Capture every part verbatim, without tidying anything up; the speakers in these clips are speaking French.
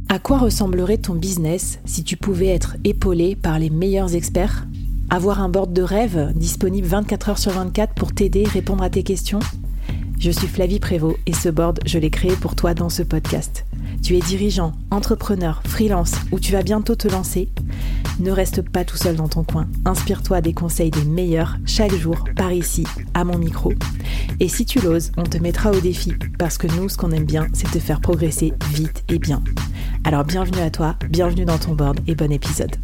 À quoi ressemblerait ton business si tu pouvais être épaulé par les meilleurs experts ? Avoir un board de rêve disponible vingt-quatre heures sur vingt-quatre pour t'aider et répondre à tes questions ? Je suis Flavie Prévost et ce board, je l'ai créé pour toi dans ce podcast. Tu es dirigeant, entrepreneur, freelance ou tu vas bientôt te lancer ? Ne reste pas tout seul dans ton coin. Inspire-toi des conseils des meilleurs chaque jour par ici, à mon micro. Et si tu l'oses, on te mettra au défi parce que nous, ce qu'on aime bien, c'est te faire progresser vite et bien. Alors bienvenue à toi, bienvenue dans ton board et bon épisode.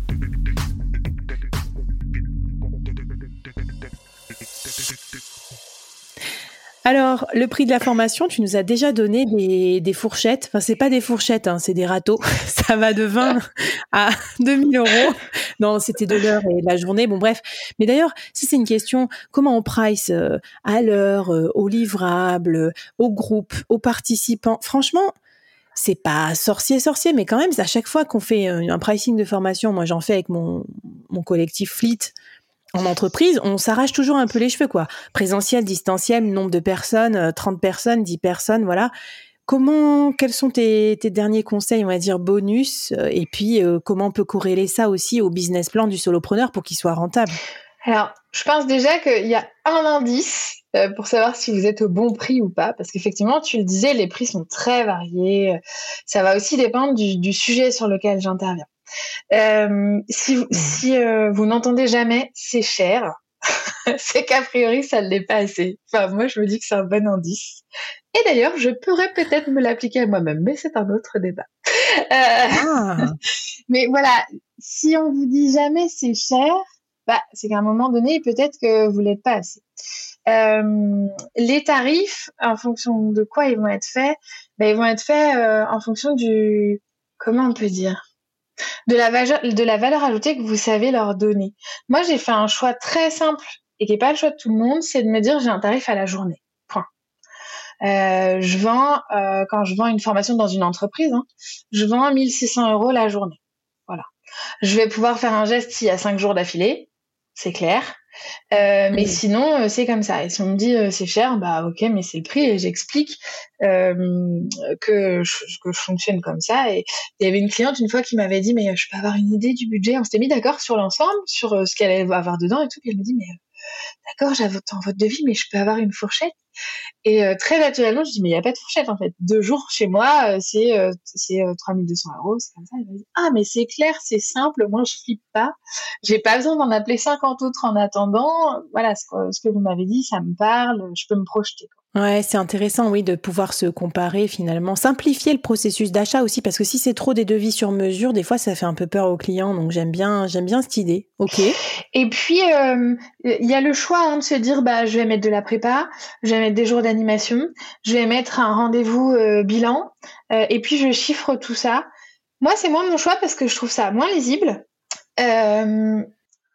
Alors, le prix de la formation, tu nous as déjà donné des, des fourchettes. Enfin, c'est pas des fourchettes, hein, c'est des râteaux. Ça va de vingt à deux mille euros. Non, c'était de l'heure et de la journée. Bon, bref. Mais d'ailleurs, si c'est une question, comment on price euh, à l'heure, euh, aux livrables, aux groupes, aux participants ? Franchement, c'est pas sorcier sorcier, mais quand même, à chaque fois qu'on fait un pricing de formation, moi j'en fais avec mon, mon collectif Fleet en entreprise, on s'arrache toujours un peu les cheveux, quoi. Présentiel, distanciel, nombre de personnes, trente personnes, dix personnes, voilà. Comment, quels sont tes, tes derniers conseils, on va dire bonus, et puis euh, comment on peut corréler ça aussi au business plan du solopreneur pour qu'il soit rentable ? Alors, je pense déjà qu'il y a un indice euh, pour savoir si vous êtes au bon prix ou pas, parce qu'effectivement, tu le disais, les prix sont très variés. Ça va aussi dépendre du, du sujet sur lequel j'interviens. Euh, si vous, si euh, vous n'entendez jamais « c'est cher », c'est qu'a priori, ça ne l'est pas assez. Enfin, moi, je me dis que c'est un bon indice. Et d'ailleurs, je pourrais peut-être me l'appliquer à moi-même, mais c'est un autre débat. Euh, ah. Mais voilà, si on vous dit jamais « c'est cher », bah, c'est qu'à un moment donné, peut-être que vous l'êtes pas assez. Euh, les tarifs, en fonction de quoi ils vont être faits, bah, ils vont être faits euh, en fonction du... Comment on peut dire ? De la, va- de la valeur ajoutée que vous savez leur donner. Moi, j'ai fait un choix très simple et qui n'est pas le choix de tout le monde, c'est de me dire j'ai un tarif à la journée. Point. Euh, je vends, euh, quand je vends une formation dans une entreprise, hein, je vends mille six cents euros la journée. Voilà. Je vais pouvoir faire un geste s'il y a cinq jours d'affilée, c'est clair. Euh, mais mmh. Sinon, euh, c'est comme ça. Et si on me dit euh, c'est cher, bah ok, mais c'est le prix. Et j'explique euh, que, je, que je fonctionne comme ça. Et il y avait une cliente une fois qui m'avait dit, mais je peux avoir une idée du budget ? On s'était mis d'accord sur l'ensemble, sur euh, ce qu'elle allait avoir dedans et tout. Puis elle me dit, mais euh, d'accord, j'attends votre devis, mais je peux avoir une fourchette ? Et euh, très naturellement, je dis, mais il n'y a pas de fourchette en fait. Deux jours chez moi, euh, c'est, euh, c'est euh, trois mille deux cents euros, c'est comme ça. Elle m'a dit, ah, mais c'est clair, c'est simple, moi je flippe pas. J'ai pas besoin d'en appeler cinquante autres en attendant. Voilà, ce que, ce que vous m'avez dit, ça me parle, je peux me projeter, quoi. Ouais, c'est intéressant, oui, de pouvoir se comparer finalement. Simplifier le processus d'achat aussi, parce que si c'est trop des devis sur mesure, des fois ça fait un peu peur aux clients. Donc j'aime bien, j'aime bien cette idée. Ok. Et puis il euh, y a le choix hein, de se dire, bah je vais mettre de la prépa, je vais mettre des jours d'animation, je vais mettre un rendez-vous euh, bilan, euh, et puis je chiffre tout ça. Moi, c'est moins mon choix parce que je trouve ça moins lisible. Euh,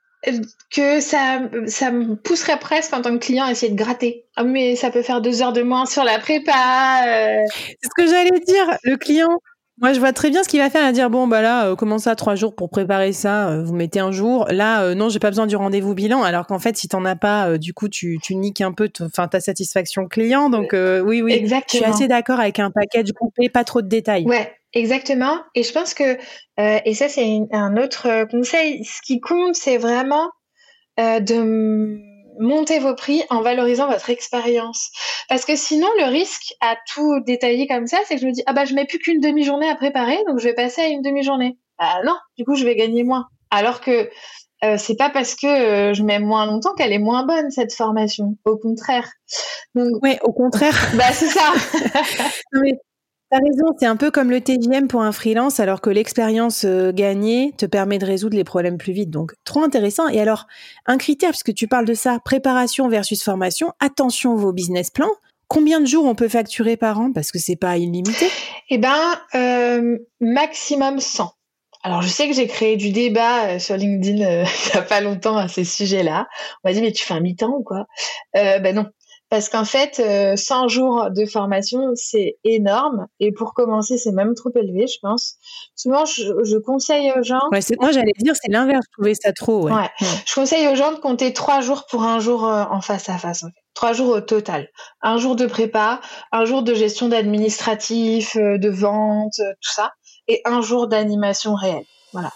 que ça, ça me pousserait presque en tant que client à essayer de gratter. Ah, mais ça peut faire deux heures de moins sur la prépa. Euh... C'est ce que j'allais dire. Le client, moi, je vois très bien ce qu'il va faire, à dire, bon, bah là, euh, comment ça, trois jours pour préparer ça, euh, vous mettez un jour. Là, euh, non, j'ai pas besoin du rendez-vous bilan. Alors qu'en fait, si t'en as pas, euh, du coup, tu, tu niques un peu t- ta satisfaction client. Donc, euh, oui, oui. Exactement. Je suis assez d'accord avec un package groupé, pas trop de détails. Ouais. Exactement. Et je pense que, euh, et ça, c'est une, un autre conseil, ce qui compte, c'est vraiment euh, de monter vos prix en valorisant votre expérience. Parce que sinon, le risque à tout détailler comme ça, c'est que je me dis, ah bah, je mets plus qu'une demi-journée à préparer, donc je vais passer à une demi-journée. Bah non, du coup, je vais gagner moins. Alors que euh, c'est pas parce que euh, je mets moins longtemps qu'elle est moins bonne, cette formation. Au contraire. Donc, ouais, au contraire. Bah, c'est ça. Non, mais t'as raison, c'est un peu comme le T J M pour un freelance, alors que l'expérience euh, gagnée te permet de résoudre les problèmes plus vite. Donc, trop intéressant. Et alors, un critère, puisque tu parles de ça, préparation versus formation, attention vos business plans. Combien de jours on peut facturer par an ? Parce que c'est pas illimité. Eh ben, euh, maximum cent. Alors, je sais que j'ai créé du débat sur LinkedIn euh, il y a pas longtemps à ces sujets-là. On m'a dit, mais tu fais un mi-temps ou quoi ? euh, Ben non. Parce qu'en fait, euh, cent jours de formation, c'est énorme. Et pour commencer, c'est même trop élevé, je pense. Souvent, je, je conseille aux gens... Ouais, c'est, moi, j'allais dire, c'est l'inverse. Je trouvais ça trop, ouais. ouais. ouais. Je conseille aux gens de compter trois jours pour un jour euh, en face à face. En fait. Trois jours au total. Un jour de prépa, un jour de gestion d'administratif, euh, de vente, euh, tout ça. et un jour d'animation réelle. Voilà.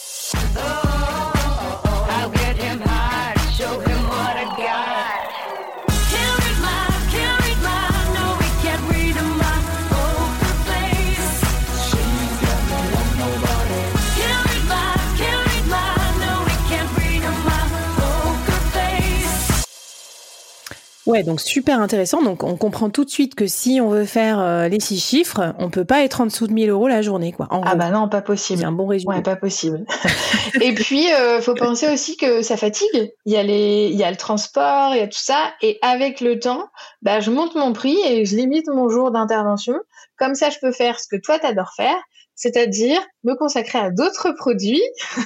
Ouais, donc super intéressant. Donc on comprend tout de suite que si on veut faire euh, les six chiffres, on peut pas être en dessous de mille euros la journée, quoi. En ah gros. bah non, pas possible. C'est un bon résumé. Ouais, pas possible. Et puis, euh, faut penser aussi que ça fatigue. Il y a les, il y a le transport, il y a tout ça. Et avec le temps, bah je monte mon prix et je limite mon jour d'intervention. Comme ça, je peux faire ce que toi t'adores faire, c'est-à-dire me consacrer à d'autres produits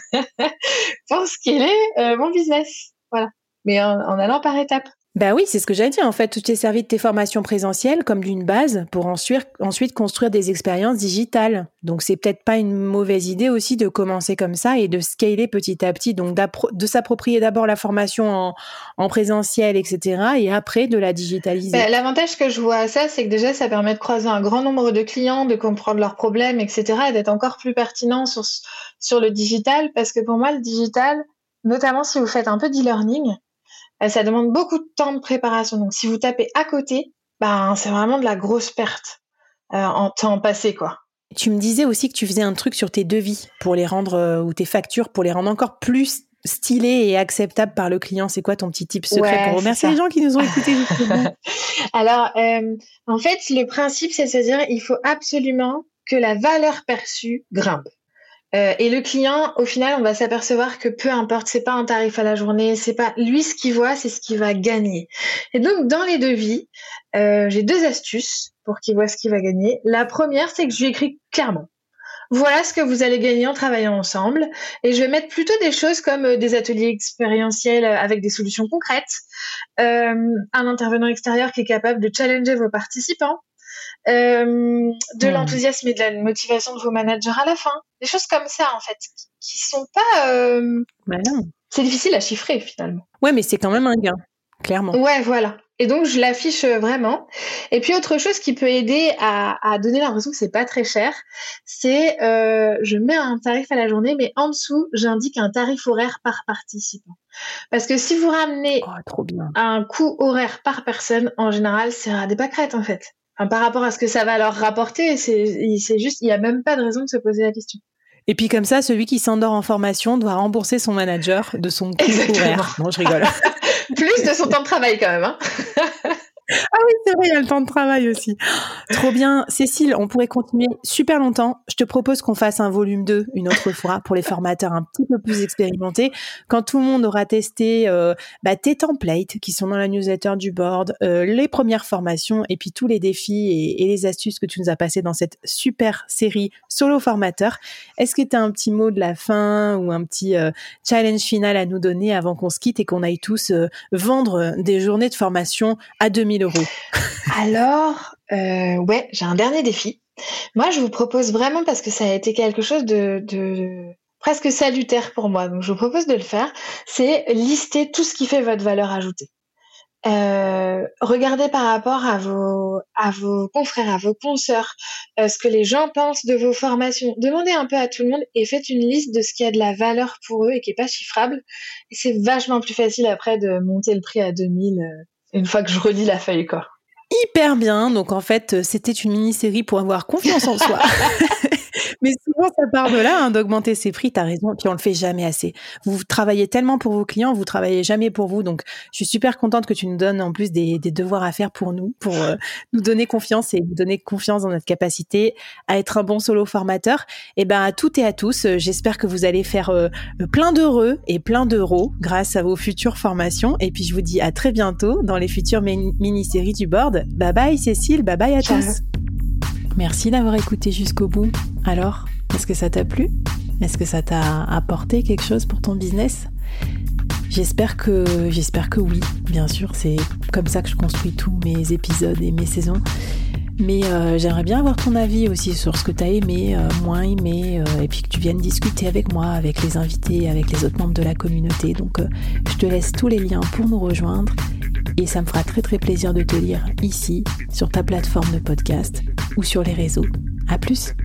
pour scaler euh, mon business. Voilà. Mais en, en allant par étapes. Bah oui, c'est ce que j'allais dire. En fait, tu t'es servi de tes formations présentielles comme d'une base pour ensuite, ensuite construire des expériences digitales. Donc, c'est peut-être pas une mauvaise idée aussi de commencer comme ça et de scaler petit à petit. Donc, de s'approprier d'abord la formation en, en présentiel, et cetera. Et après, de la digitaliser. Bah, l'avantage que je vois à ça, c'est que déjà, ça permet de croiser un grand nombre de clients, de comprendre leurs problèmes, et cetera. Et d'être encore plus pertinent sur, sur le digital. Parce que pour moi, le digital, notamment si vous faites un peu d'e-learning, ça demande beaucoup de temps de préparation. Donc, si vous tapez à côté, ben, c'est vraiment de la grosse perte euh, en temps passé, quoi. Tu me disais aussi que tu faisais un truc sur tes devis pour les rendre, euh, ou tes factures pour les rendre encore plus stylés et acceptables par le client. C'est quoi ton petit tip secret ouais, pour remercier les gens qui nous ont écoutés justement? Alors, euh, en fait, le principe, c'est de se dire il faut absolument que la valeur perçue grimpe. Euh, et le client, au final, on va s'apercevoir que peu importe, c'est pas un tarif à la journée, c'est pas lui ce qu'il voit, c'est ce qu'il va gagner. Et donc, dans les devis, euh, j'ai deux astuces pour qu'il voit ce qu'il va gagner. La première, c'est que je lui écris clairement. Voilà ce que vous allez gagner en travaillant ensemble. Et je vais mettre plutôt des choses comme des ateliers expérientiels avec des solutions concrètes, euh, un intervenant extérieur qui est capable de challenger vos participants, Euh, de mmh. l'enthousiasme et de la motivation de vos managers à la fin. Des choses comme ça, en fait, qui sont pas... Euh... Bah non. C'est difficile à chiffrer, finalement. Ouais, mais c'est quand même un gain, clairement. Ouais, voilà. Et donc, je l'affiche vraiment. Et puis, autre chose qui peut aider à, à donner l'impression que c'est pas très cher, c'est euh, je mets un tarif à la journée, mais en dessous, j'indique un tarif horaire par participant. Parce que si vous ramenez oh, trop bien. un coût horaire par personne, en général, c'est à des pâquerettes, en fait. Enfin, par rapport à ce que ça va leur rapporter, c'est, c'est juste, il n'y a même pas de raison de se poser la question. Et puis comme ça, celui qui s'endort en formation doit rembourser son manager de son coût horaire. Non, je rigole. Plus de son temps de travail quand même. Hein. Ah oui, c'est vrai, il y a le temps de travail aussi. Trop bien. Cécile, on pourrait continuer super longtemps. Je te propose qu'on fasse un volume deux une autre fois pour les formateurs un petit peu plus expérimentés. Quand tout le monde aura testé euh, bah, tes templates qui sont dans la newsletter du board, euh, les premières formations et puis tous les défis et, et les astuces que tu nous as passés dans cette super série Solo Formateur. Est-ce que tu as un petit mot de la fin ou un petit euh, challenge final à nous donner avant qu'on se quitte et qu'on aille tous euh, vendre des journées de formation à deux mille euros? Alors, euh, ouais, j'ai un dernier défi. Moi, je vous propose vraiment, parce que ça a été quelque chose de, de presque salutaire pour moi, donc je vous propose de le faire, c'est lister tout ce qui fait votre valeur ajoutée. Euh, regardez par rapport à vos, à vos confrères, à vos consoeurs, euh, ce que les gens pensent de vos formations. Demandez un peu à tout le monde et faites une liste de ce qui a de la valeur pour eux et qui est pas chiffrable. Et c'est vachement plus facile après de monter le prix à deux mille euh, une fois que je relis la feuille, quoi. Hyper bien. Donc, en fait, c'était une mini-série pour avoir confiance en soi. Mais souvent, ça part de là, hein, d'augmenter ses prix, t'as raison, puis on le fait jamais assez. Vous travaillez tellement pour vos clients, vous travaillez jamais pour vous, donc je suis super contente que tu nous donnes en plus des, des devoirs à faire pour nous, pour euh, nous donner confiance et nous donner confiance dans notre capacité à être un bon solo formateur. Et ben à toutes et à tous, euh, j'espère que vous allez faire euh, plein d'heureux et plein d'euros grâce à vos futures formations, et puis je vous dis à très bientôt dans les futures mini-séries du board. Bye bye Cécile, bye bye à Ciao. tous. Merci d'avoir écouté jusqu'au bout. Alors, est-ce que ça t'a plu ? Est-ce que ça t'a apporté quelque chose pour ton business ? J'espère que, j'espère que oui, bien sûr. C'est comme ça que je construis tous mes épisodes et mes saisons. Mais euh, j'aimerais bien avoir ton avis aussi sur ce que t'as aimé, euh, moins aimé, euh, et puis que tu viennes discuter avec moi, avec les invités, avec les autres membres de la communauté. Donc, euh, je te laisse tous les liens pour nous rejoindre. Et ça me fera très très plaisir de te lire ici, sur ta plateforme de podcast ou sur les réseaux. À plus!